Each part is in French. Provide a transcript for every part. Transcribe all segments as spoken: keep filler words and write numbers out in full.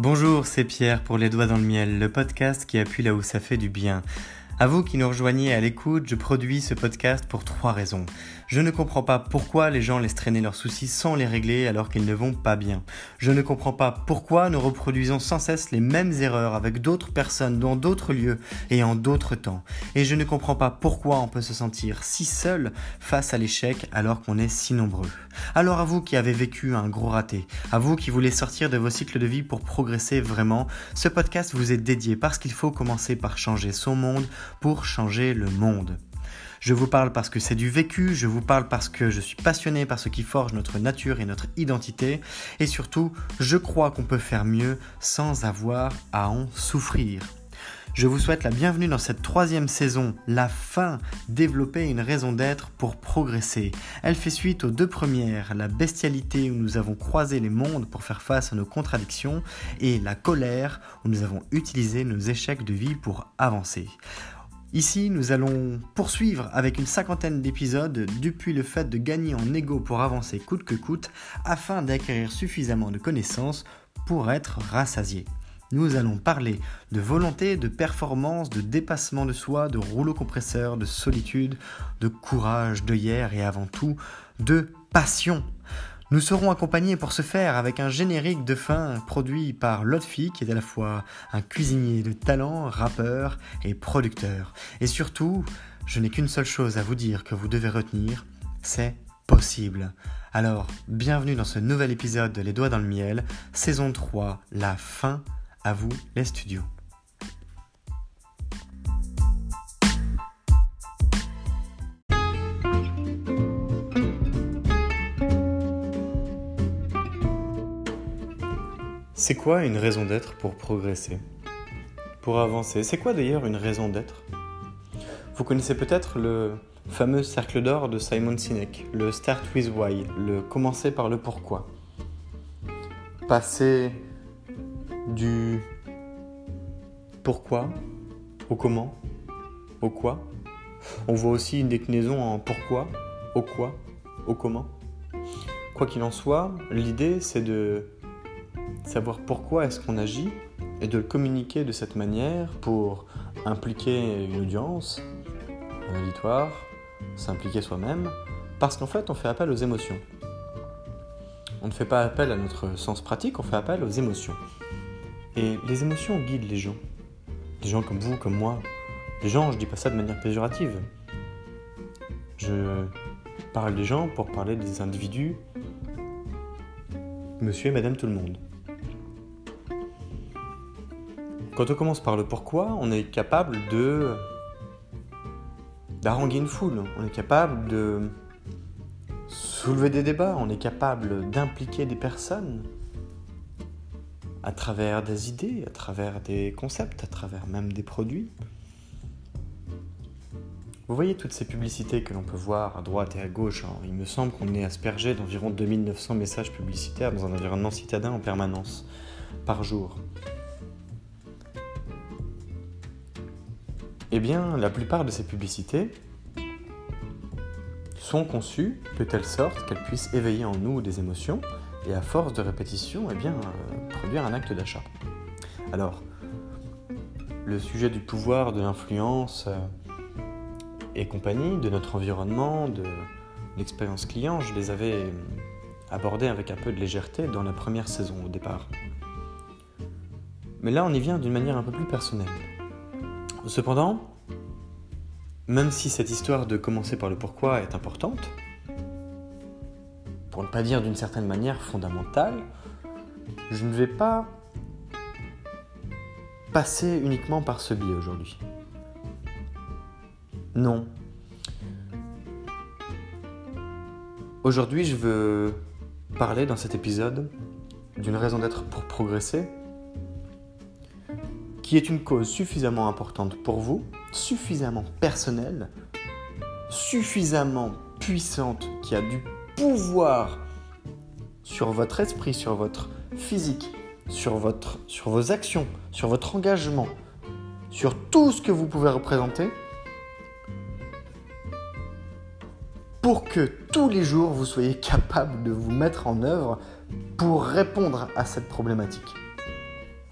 Bonjour, c'est Pierre pour Les Doigts dans le Miel, le podcast qui appuie là où ça fait du bien. À vous qui nous rejoignez à l'écoute, je produis ce podcast pour trois raisons. Je ne comprends pas pourquoi les gens laissent traîner leurs soucis sans les régler alors qu'ils ne vont pas bien. Je ne comprends pas pourquoi nous reproduisons sans cesse les mêmes erreurs avec d'autres personnes dans d'autres lieux et en d'autres temps. Et je ne comprends pas pourquoi on peut se sentir si seul face à l'échec alors qu'on est si nombreux. Alors à vous qui avez vécu un gros raté, à vous qui voulez sortir de vos cycles de vie pour progresser vraiment, ce podcast vous est dédié parce qu'il faut commencer par changer son monde pour changer le monde. Je vous parle parce que c'est du vécu, je vous parle parce que je suis passionné par ce qui forge notre nature et notre identité, et surtout, je crois qu'on peut faire mieux sans avoir à en souffrir. Je vous souhaite la bienvenue dans cette troisième saison, la fin, développer une raison d'être pour progresser. Elle fait suite aux deux premières, la bestialité où nous avons croisé les mondes pour faire face à nos contradictions, et la colère où nous avons utilisé nos échecs de vie pour avancer. Ici, nous allons poursuivre avec une cinquantaine d'épisodes depuis le fait de gagner en ego pour avancer coûte que coûte afin d'acquérir suffisamment de connaissances pour être rassasié. Nous allons parler de volonté, de performance, de dépassement de soi, de rouleau compresseur, de solitude, de courage, de hier et avant tout, de passion. Nous serons accompagnés pour ce faire avec un générique de fin produit par Lotfi qui est à la fois un cuisinier de talent, rappeur et producteur. Et surtout, je n'ai qu'une seule chose à vous dire que vous devez retenir, c'est possible. Alors, bienvenue dans ce nouvel épisode de Les Doigts dans le Miel, saison trois, la fin, à vous les studios. C'est quoi une raison d'être pour progresser, pour avancer? C'est quoi d'ailleurs une raison d'être? Vous connaissez peut-être le fameux cercle d'or de Simon Sinek, le Start with Why, le commencer par le pourquoi. Passer du pourquoi au comment, au quoi. On voit aussi une déclinaison en pourquoi, au quoi, au comment. Quoi qu'il en soit, l'idée c'est de savoir pourquoi est-ce qu'on agit et de le communiquer de cette manière pour impliquer une audience, un auditoire, s'impliquer soi-même, parce qu'en fait on fait appel aux émotions. On ne fait pas appel à notre sens pratique, on fait appel aux émotions. Et les émotions guident les gens. Des gens comme vous, comme moi. Des gens, je dis pas ça de manière péjorative. Je parle des gens pour parler des individus, monsieur et madame tout le monde. Quand on commence par le pourquoi, on est capable de d'haranguer une foule, on est capable de soulever des débats, on est capable d'impliquer des personnes à travers des idées, à travers des concepts, à travers même des produits. Vous voyez toutes ces publicités que l'on peut voir à droite et à gauche, hein. Il me semble qu'on est aspergé d'environ deux mille neuf cents messages publicitaires dans un environnement citadin en permanence, par jour. Eh bien, la plupart de ces publicités sont conçues de telle sorte qu'elles puissent éveiller en nous des émotions et à force de répétition, eh bien, euh, produire un acte d'achat. Alors, le sujet du pouvoir, de l'influence euh, et compagnie, de notre environnement, de l'expérience client, je les avais abordés avec un peu de légèreté dans la première saison au départ. Mais là, on y vient d'une manière un peu plus personnelle. Cependant, même si cette histoire de commencer par le pourquoi est importante, pour ne pas dire d'une certaine manière fondamentale, je ne vais pas passer uniquement par ce biais aujourd'hui. Non. Aujourd'hui, je veux parler dans cet épisode d'une raison d'être pour progresser, qui est une cause suffisamment importante pour vous, suffisamment personnelle, suffisamment puissante, qui a du pouvoir sur votre esprit, sur votre physique, sur, votre, sur vos actions, sur votre engagement, sur tout ce que vous pouvez représenter, pour que tous les jours vous soyez capable de vous mettre en œuvre pour répondre à cette problématique.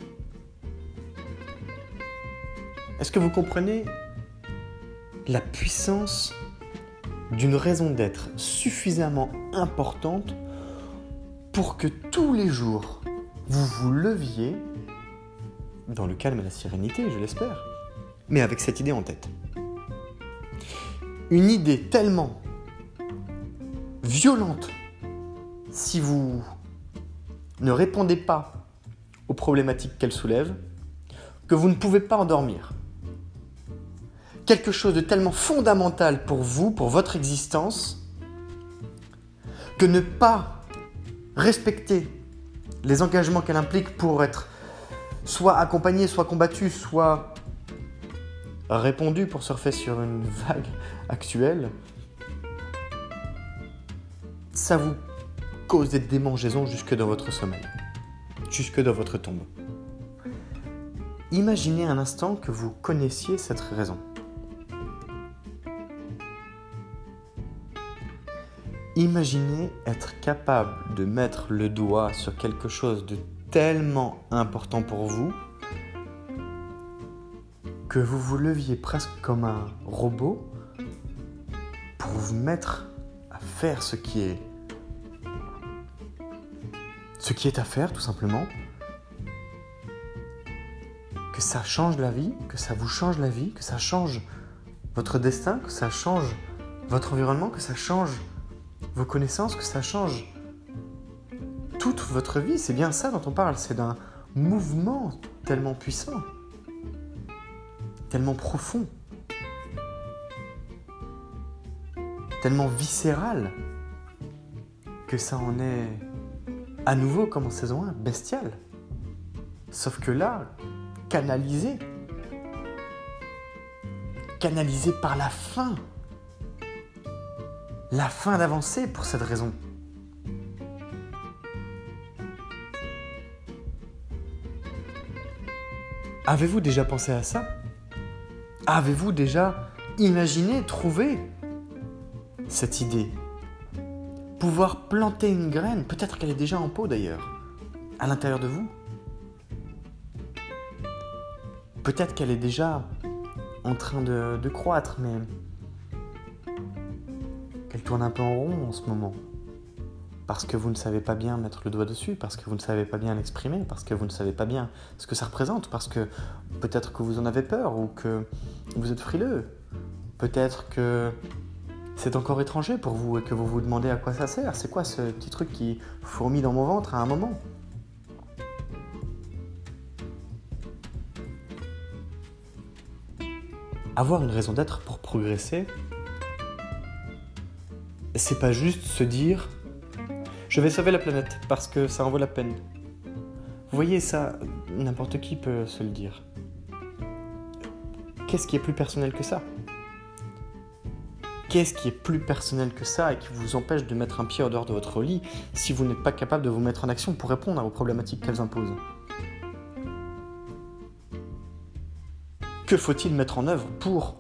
Est-ce que vous comprenez la puissance d'une raison d'être suffisamment importante pour que tous les jours, vous vous leviez dans le calme et la sérénité, je l'espère, mais avec cette idée en tête. Une idée tellement violente, si vous ne répondez pas aux problématiques qu'elle soulève, que vous ne pouvez pas endormir. Quelque chose de tellement fondamental pour vous, pour votre existence, que ne pas respecter les engagements qu'elle implique pour être soit accompagné, soit combattu, soit répondu pour surfer sur une vague actuelle, ça vous cause des démangeaisons jusque dans votre sommeil, jusque dans votre tombe. Imaginez un instant que vous connaissiez cette raison. Imaginez être capable de mettre le doigt sur quelque chose de tellement important pour vous que vous vous leviez presque comme un robot pour vous mettre à faire ce qui est ce qui est à faire, tout simplement. Que ça change la vie, que ça vous change la vie, que ça change votre destin, que ça change votre environnement, que ça change vos connaissances, que ça change toute votre vie. C'est bien ça dont on parle, c'est d'un mouvement tellement puissant, tellement profond, tellement viscéral, que ça en est à nouveau, comme en saison un, bestial. Sauf que là, canalisé, canalisé par la faim, la faim d'avancer pour cette raison. Avez-vous déjà pensé à ça ? Avez-vous déjà imaginé, trouvé cette idée ? Pouvoir planter une graine, peut-être qu'elle est déjà en pot d'ailleurs, à l'intérieur de vous. Peut-être qu'elle est déjà en train de, de croître, mais qu'elle tourne un peu en rond en ce moment. Parce que vous ne savez pas bien mettre le doigt dessus, parce que vous ne savez pas bien l'exprimer, parce que vous ne savez pas bien ce que ça représente, parce que peut-être que vous en avez peur ou que vous êtes frileux. Peut-être que c'est encore étranger pour vous et que vous vous demandez à quoi ça sert. C'est quoi ce petit truc qui fourmille dans mon ventre à un moment ? Avoir une raison d'être pour progresser, c'est pas juste se dire « je vais sauver la planète parce que ça en vaut la peine ». Vous voyez ça, n'importe qui peut se le dire. Qu'est-ce qui est plus personnel que ça ? Qu'est-ce qui est plus personnel que ça et qui vous empêche de mettre un pied en dehors de votre lit si vous n'êtes pas capable de vous mettre en action pour répondre à vos problématiques qu'elles imposent ? Que faut-il mettre en œuvre pour,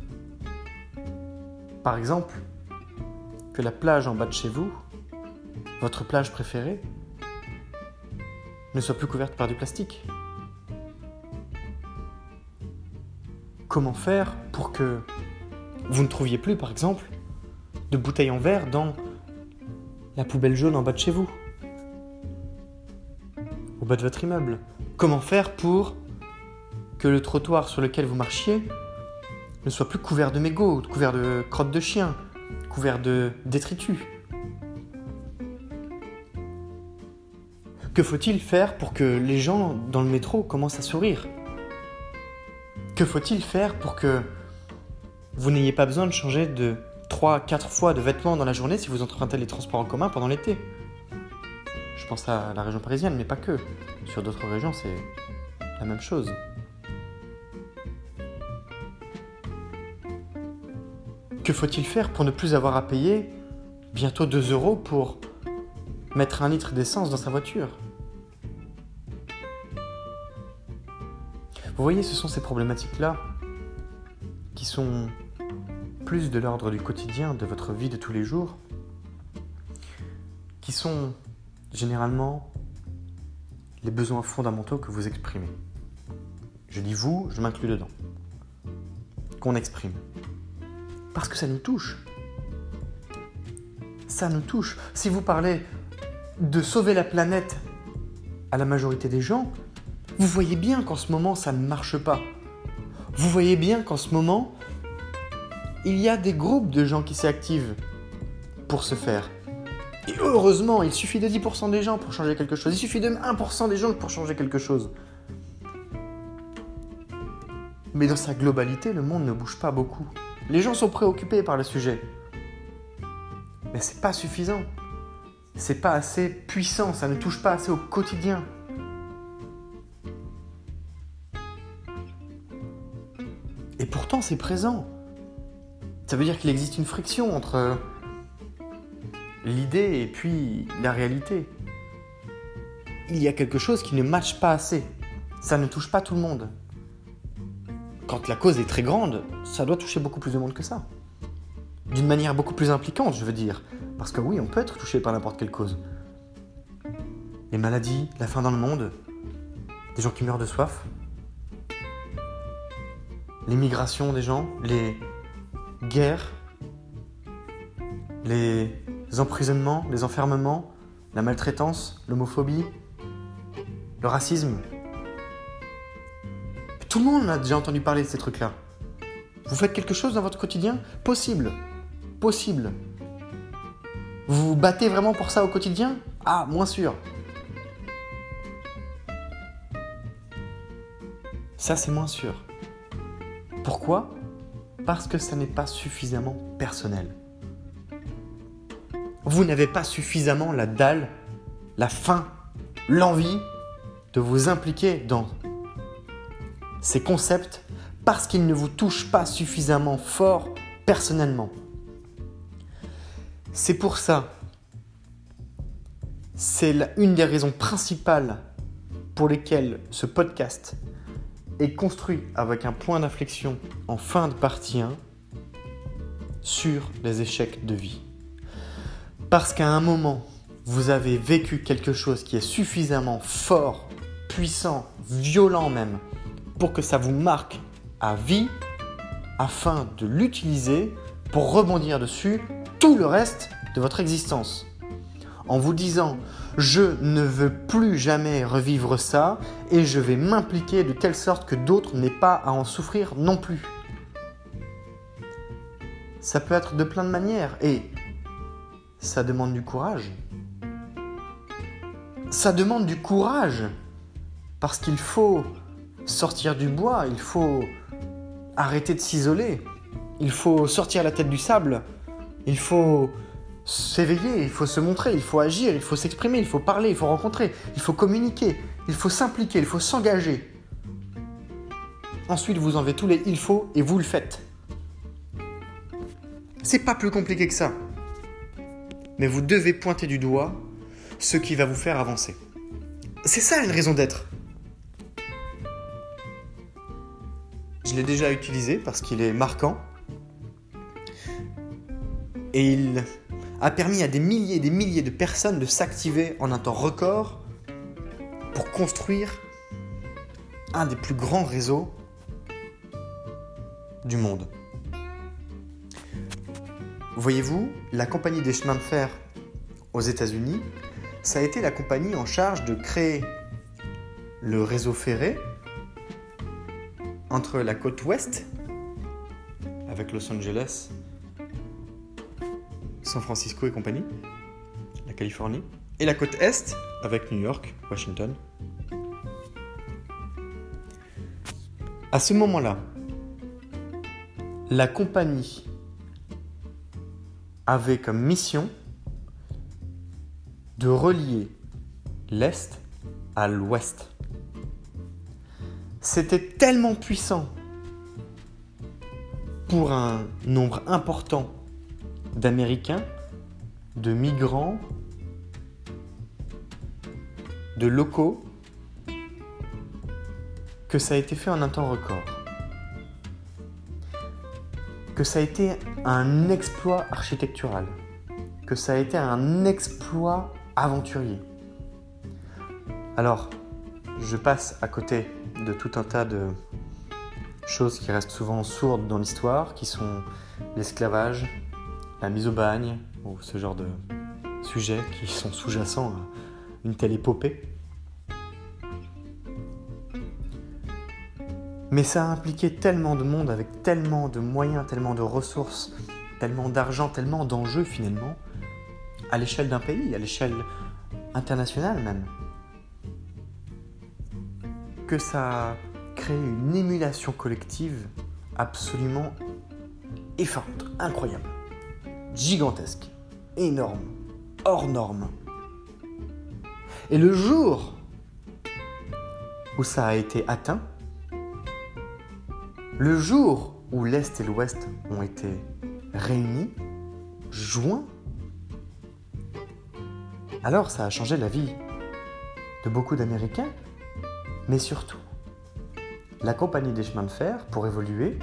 par exemple, que la plage en bas de chez vous, votre plage préférée, ne soit plus couverte par du plastique ? Comment faire pour que vous ne trouviez plus, par exemple, de bouteilles en verre dans la poubelle jaune en bas de chez vous, au bas de votre immeuble ? Comment faire pour que le trottoir sur lequel vous marchiez ne soit plus couvert de mégots, couvert de crottes de chien, couvert de détritus ? Que faut-il faire pour que les gens dans le métro commencent à sourire ? Que faut-il faire pour que vous n'ayez pas besoin de changer de trois à quatre fois de vêtements dans la journée si vous empruntez les transports en commun pendant l'été ? Je pense à la région parisienne, mais pas que. Sur d'autres régions, c'est la même chose. Que faut-il faire pour ne plus avoir à payer bientôt deux euros pour mettre un litre d'essence dans sa voiture ? Vous voyez, ce sont ces problématiques-là qui sont plus de l'ordre du quotidien, de votre vie de tous les jours, qui sont généralement les besoins fondamentaux que vous exprimez. Je dis vous, je m'inclus dedans. qu'on exprime. Parce que ça nous touche. Ça nous touche. Si vous parlez de sauver la planète à la majorité des gens, vous voyez bien qu'en ce moment, ça ne marche pas. Vous voyez bien qu'en ce moment, il y a des groupes de gens qui s'activent pour ce faire. Et heureusement, il suffit de dix pour cent des gens pour changer quelque chose. Il suffit de un pour cent des gens pour changer quelque chose. Mais dans sa globalité, le monde ne bouge pas beaucoup. Les gens sont préoccupés par le sujet. Mais c'est pas suffisant. C'est pas assez puissant, ça ne touche pas assez au quotidien. Et pourtant, c'est présent. Ça veut dire qu'il existe une friction entre l'idée et puis la réalité. Il y a quelque chose qui ne matche pas assez. Ça ne touche pas tout le monde. Quand la cause est très grande, ça doit toucher beaucoup plus de monde que ça. D'une manière beaucoup plus impliquante, je veux dire. Parce que oui, on peut être touché par n'importe quelle cause. Les maladies, la faim dans le monde, des gens qui meurent de soif, les migrations des gens, les guerres, les emprisonnements, les enfermements, la maltraitance, l'homophobie, le racisme. Tout le monde a déjà entendu parler de ces trucs-là. Vous faites quelque chose dans votre quotidien ? Possible. Possible. Vous vous battez vraiment pour ça au quotidien ? Ah, moins sûr. Ça, c'est moins sûr. Pourquoi ? Parce que ça n'est pas suffisamment personnel. Vous n'avez pas suffisamment la dalle, la faim, l'envie de vous impliquer dans ces concepts parce qu'ils ne vous touchent pas suffisamment fort personnellement. C'est pour ça, c'est la, une des raisons principales pour lesquelles ce podcast est construit avec un point d'inflexion en fin de partie un sur les échecs de vie. Parce qu'à un moment, vous avez vécu quelque chose qui est suffisamment fort, puissant, violent même, pour que ça vous marque à vie, afin de l'utiliser pour rebondir dessus tout le reste de votre existence. En vous disant « je ne veux plus jamais revivre ça et je vais m'impliquer de telle sorte que d'autres n'aient pas à en souffrir non plus ». Ça peut être de plein de manières et ça demande du courage. Ça demande du courage parce qu'il faut sortir du bois, il faut arrêter de s'isoler, il faut sortir la tête du sable, il faut s'éveiller, il faut se montrer, il faut agir, il faut s'exprimer, il faut parler, il faut rencontrer, il faut communiquer, il faut s'impliquer, il faut s'engager. Ensuite, vous enlevez tous les « il faut » et vous le faites. C'est pas plus compliqué que ça. Mais vous devez pointer du doigt ce qui va vous faire avancer. C'est ça une raison d'être. Je l'ai déjà utilisé parce qu'il est marquant. Et il a permis à des milliers et des milliers de personnes de s'activer en un temps record pour construire un des plus grands réseaux du monde. Voyez-vous, la compagnie des chemins de fer aux États-Unis, ça a été la compagnie en charge de créer le réseau ferré entre la côte ouest, avec Los Angeles, San Francisco et compagnie, la Californie, et la côte est, avec New York, Washington. À ce moment-là, la compagnie avait comme mission de relier l'Est à l'Ouest. C'était tellement puissant pour un nombre important d'Américains, de migrants, de locaux, que ça a été fait en un temps record. Que ça a été un exploit architectural, que ça a été un exploit aventurier. Alors, je passe à côté de tout un tas de choses qui restent souvent sourdes dans l'histoire, qui sont l'esclavage, la mise au bagne, ou ce genre de sujets qui sont sous-jacents à une telle épopée. Mais ça a impliqué tellement de monde, avec tellement de moyens, tellement de ressources, tellement d'argent, tellement d'enjeux finalement, à l'échelle d'un pays, à l'échelle internationale même, que ça a créé une émulation collective absolument effarante, incroyable, gigantesque, énorme, hors norme. Et le jour où ça a été atteint, le jour où l'Est et l'Ouest ont été réunis, joints, alors ça a changé la vie de beaucoup d'Américains, mais surtout, la compagnie des chemins de fer, pour évoluer,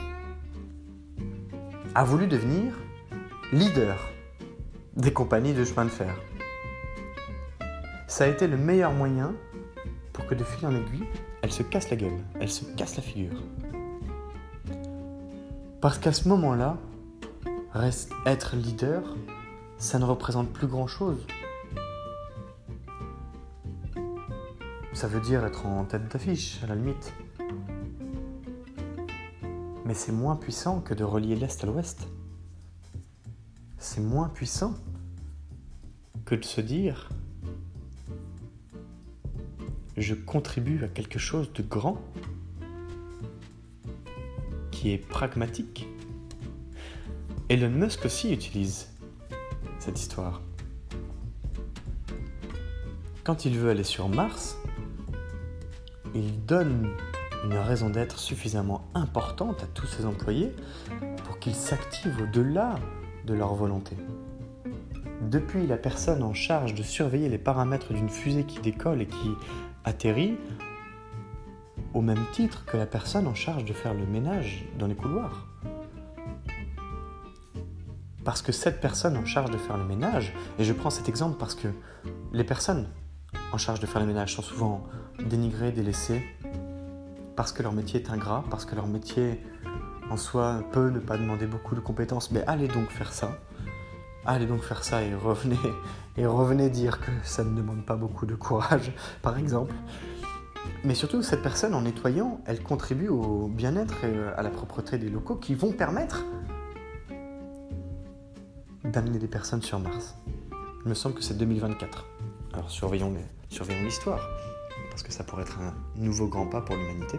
a voulu devenir leader des compagnies de chemin de fer. Ça a été le meilleur moyen pour que de fil en aiguille, elle se casse la gueule, elle se casse la figure. Parce qu'à ce moment-là, reste être leader, ça ne représente plus grand-chose. Ça veut dire être en tête d'affiche, à la limite. Mais c'est moins puissant que de relier l'Est à l'Ouest. C'est moins puissant que de se dire « Je contribue à quelque chose de grand » qui est pragmatique. Elon Musk aussi utilise cette histoire. Quand il veut aller sur Mars, il donne une raison d'être suffisamment importante à tous ses employés pour qu'ils s'activent au-delà de leur volonté. Depuis la personne en charge de surveiller les paramètres d'une fusée qui décolle et qui atterrit, au même titre que la personne en charge de faire le ménage dans les couloirs. Parce que cette personne en charge de faire le ménage, et je prends cet exemple parce que les personnes en charge de faire le ménage sont souvent dénigrées, délaissées, parce que leur métier est ingrat, parce que leur métier en soi peut ne pas demander beaucoup de compétences, mais allez donc faire ça, allez donc faire ça et revenez, et revenez dire que ça ne demande pas beaucoup de courage, par exemple. Mais surtout, cette personne, en nettoyant, elle contribue au bien-être et à la propreté des locaux qui vont permettre d'amener des personnes sur Mars. Il me semble que c'est deux mille vingt-quatre. Alors surveillons, les, surveillons l'histoire, parce que ça pourrait être un nouveau grand pas pour l'humanité.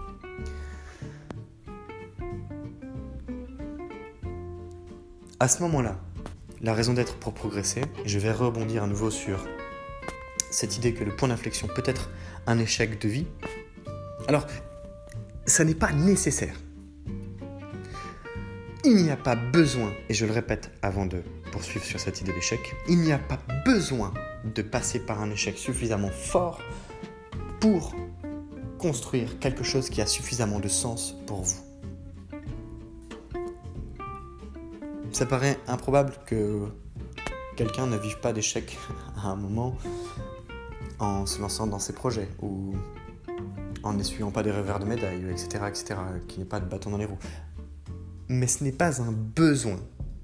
À ce moment-là, la raison d'être pour progresser, et je vais rebondir à nouveau sur cette idée que le point d'inflexion peut être un échec de vie. Alors, ça n'est pas nécessaire. Il n'y a pas besoin, et je le répète avant de poursuivre sur cette idée d'échec, il n'y a pas besoin de passer par un échec suffisamment fort pour construire quelque chose qui a suffisamment de sens pour vous. Ça paraît improbable que quelqu'un ne vive pas d'échec à un moment en se lançant dans ses projets ou en n'essuyant pas des revers de médaille, et cetera, et cetera, qu'il n'y ait pas de bâton dans les roues. Mais ce n'est pas un besoin.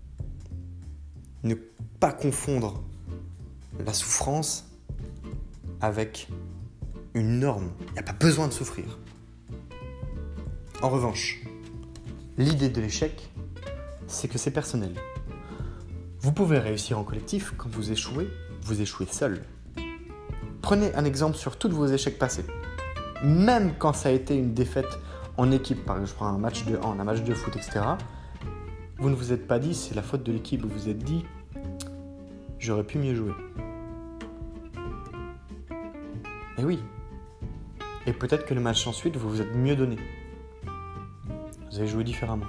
Ne pas confondre la souffrance avec une norme. Il n'y a pas besoin de souffrir. En revanche, l'idée de l'échec, c'est que c'est personnel. Vous pouvez réussir en collectif. Quand vous échouez, vous échouez seul. Prenez un exemple sur tous vos échecs passés. Même quand ça a été une défaite en équipe, par exemple, je prends un match de hand, un match de foot, et cetera, vous ne vous êtes pas dit c'est la faute de l'équipe, vous vous êtes dit j'aurais pu mieux jouer. Et oui. Et peut-être que le match ensuite, vous vous êtes mieux donné. Vous avez joué différemment.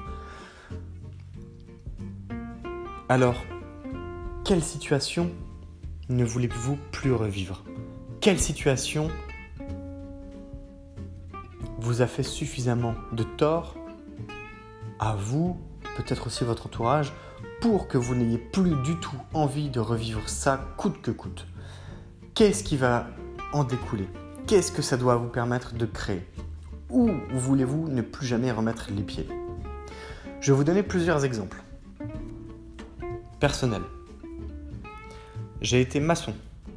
Alors, quelle situation ne voulez-vous plus revivre ? Quelle situation vous a fait suffisamment de tort à vous, peut-être aussi votre entourage, pour que vous n'ayez plus du tout envie de revivre ça coûte que coûte ? Qu'est-ce qui va en découler ? Qu'est-ce que ça doit vous permettre de créer ? Où voulez-vous ne plus jamais remettre les pieds ? Je vais vous donner plusieurs exemples. Personnel. J'ai été maçon.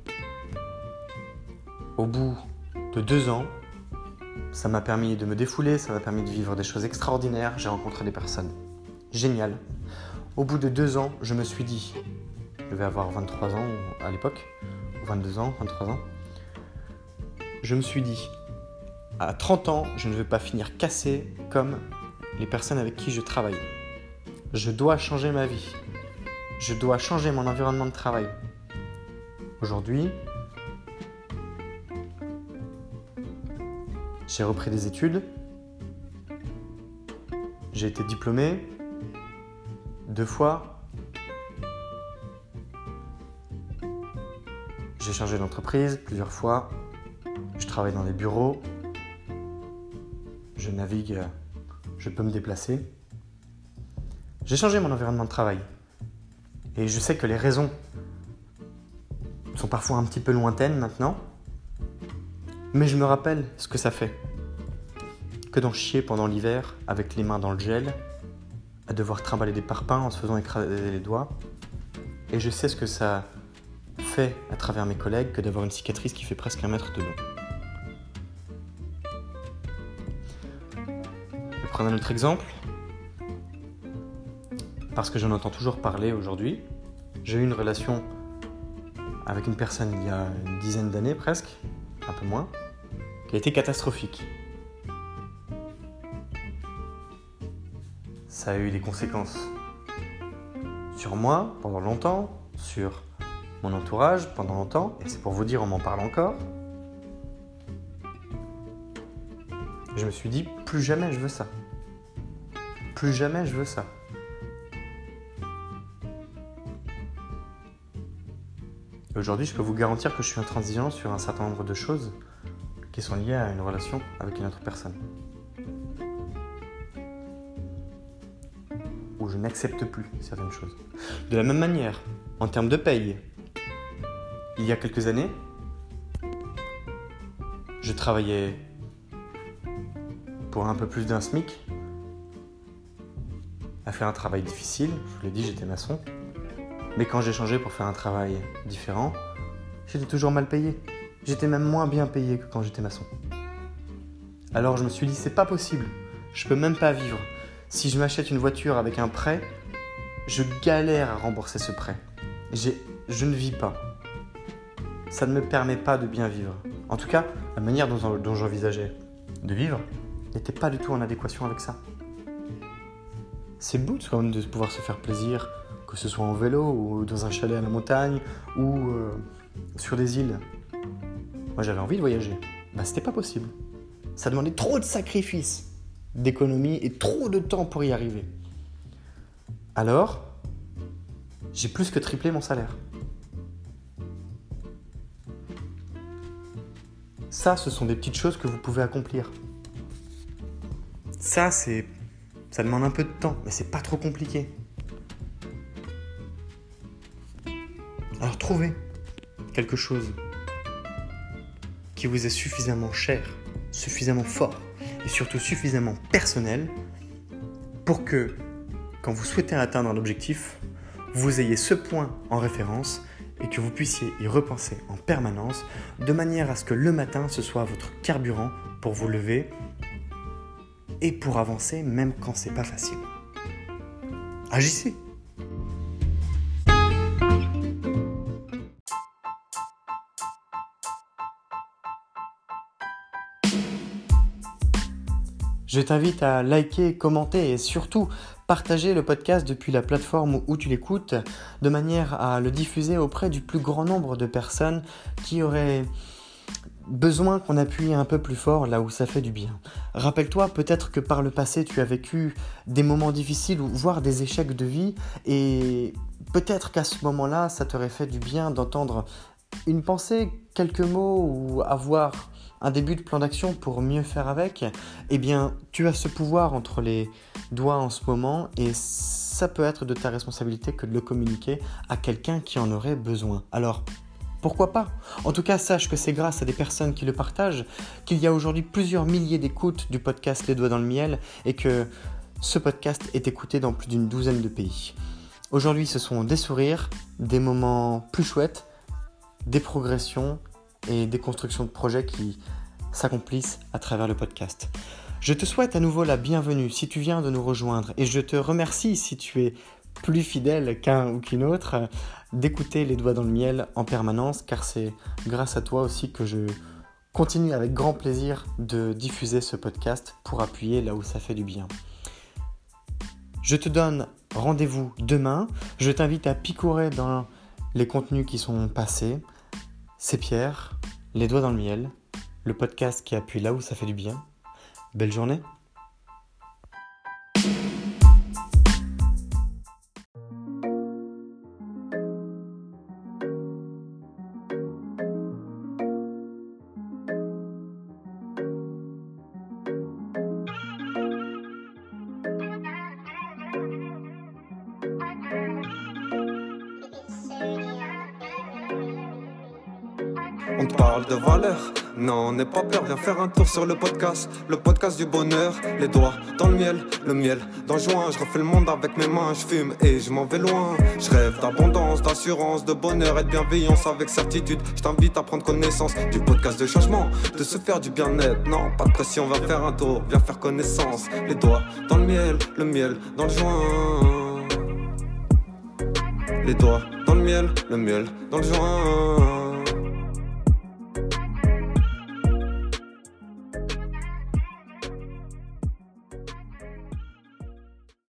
Au bout de deux ans, ça m'a permis de me défouler, ça m'a permis de vivre des choses extraordinaires, j'ai rencontré des personnes géniales. Au bout de deux ans, je me suis dit, je devais avoir vingt-trois ans à l'époque, vingt-deux ans, vingt-trois ans, je me suis dit, à trente ans, je ne veux pas finir cassé comme les personnes avec qui je travaille. Je dois changer ma vie. Je dois changer mon environnement de travail. Aujourd'hui, j'ai repris des études. J'ai été diplômé deux fois. J'ai changé d'entreprise plusieurs fois. Je travaille dans des bureaux. Je navigue, je peux me déplacer. J'ai changé mon environnement de travail. Et je sais que les raisons sont parfois un petit peu lointaines maintenant. Mais je me rappelle ce que ça fait que d'en chier pendant l'hiver avec les mains dans le gel, à devoir trimballer des parpaings en se faisant écraser les doigts. Et je sais ce que ça fait à travers mes collègues que d'avoir une cicatrice qui fait presque un mètre de long. Je vais prendre un autre exemple, parce que j'en entends toujours parler aujourd'hui. J'ai eu une relation avec une personne il y a une dizaine d'années presque, un peu moins, qui a été catastrophique. Ça a eu des conséquences sur moi pendant longtemps, sur mon entourage pendant longtemps, et c'est pour vous dire, on m'en parle encore. Je me suis dit, plus jamais je veux ça. Plus jamais je veux ça. Et aujourd'hui, je peux vous garantir que je suis intransigeant sur un certain nombre de choses qui sont liées à une relation avec une autre personne. Où je n'accepte plus certaines choses. De la même manière, en termes de paye, il y a quelques années, je travaillais pour un peu plus d'un SMIC, à faire un travail difficile. Je vous l'ai dit, j'étais maçon. Mais quand j'ai changé pour faire un travail différent, j'étais toujours mal payé. J'étais même moins bien payé que quand j'étais maçon. Alors je me suis dit, c'est pas possible. Je peux même pas vivre. Si je m'achète une voiture avec un prêt, je galère à rembourser ce prêt. J'ai, je ne vis pas. Ça ne me permet pas de bien vivre. En tout cas, la manière dont, dont j'envisageais de vivre n'était pas du tout en adéquation avec ça. C'est beau quand même de pouvoir se faire plaisir, que ce soit en vélo ou dans un chalet à la montagne ou euh, sur des îles. Moi j'avais envie de voyager. Bah c'était pas possible. Ça demandait trop de sacrifices, d'économie et trop de temps pour y arriver. Alors, j'ai plus que triplé mon salaire. Ça, ce sont des petites choses que vous pouvez accomplir. Ça, c'est... ça demande un peu de temps, mais c'est pas trop compliqué. Alors trouvez quelque chose qui vous est suffisamment cher, suffisamment fort et surtout suffisamment personnel pour que, quand vous souhaitez atteindre un objectif, vous ayez ce point en référence et que vous puissiez y repenser en permanence de manière à ce que le matin, ce soit votre carburant pour vous lever et pour avancer même quand c'est pas facile. Agissez! Je t'invite à liker, commenter et surtout partager le podcast depuis la plateforme où tu l'écoutes de manière à le diffuser auprès du plus grand nombre de personnes qui auraient besoin qu'on appuie un peu plus fort là où ça fait du bien. Rappelle-toi peut-être que par le passé tu as vécu des moments difficiles ou voire des échecs de vie et peut-être qu'à ce moment-là ça t'aurait fait du bien d'entendre une pensée, quelques mots ou avoir un début de plan d'action pour mieux faire avec. Eh bien, tu as ce pouvoir entre les doigts en ce moment et ça peut être de ta responsabilité que de le communiquer à quelqu'un qui en aurait besoin. Alors, Pourquoi pas? En tout cas, sache que c'est grâce à des personnes qui le partagent qu'il y a aujourd'hui plusieurs milliers d'écoutes du podcast Les Doigts dans le Miel et que ce podcast est écouté dans plus d'une douzaine de pays. Aujourd'hui, ce sont des sourires, des moments plus chouettes, des progressions et des constructions de projets qui s'accomplissent à travers le podcast. Je te souhaite à nouveau la bienvenue si tu viens de nous rejoindre et je te remercie si tu es plus fidèle qu'un ou qu'une autre d'écouter Les Doigts dans le Miel en permanence, car c'est grâce à toi aussi que je continue avec grand plaisir de diffuser ce podcast pour appuyer là où ça fait du bien. Je te donne rendez-vous demain. Je t'invite à picorer dans les contenus qui sont passés. C'est Pierre, Les Doigts dans le Miel, le podcast qui appuie là où ça fait du bien. Belle journée. On te parle de valeur, non, n'aie pas peur, viens faire un tour sur le podcast. Le podcast du bonheur, les doigts dans le miel, le miel dans le joint. Je refais le monde avec mes mains, je fume et je m'en vais loin. Je rêve d'abondance, d'assurance, de bonheur et de bienveillance avec certitude. Je t'invite à prendre connaissance du podcast de changement, de se faire du bien-être. Non, pas de pression, viens faire un tour, viens faire connaissance. Les doigts dans le miel, le miel dans le joint. Les doigts dans le miel, le miel dans le joint.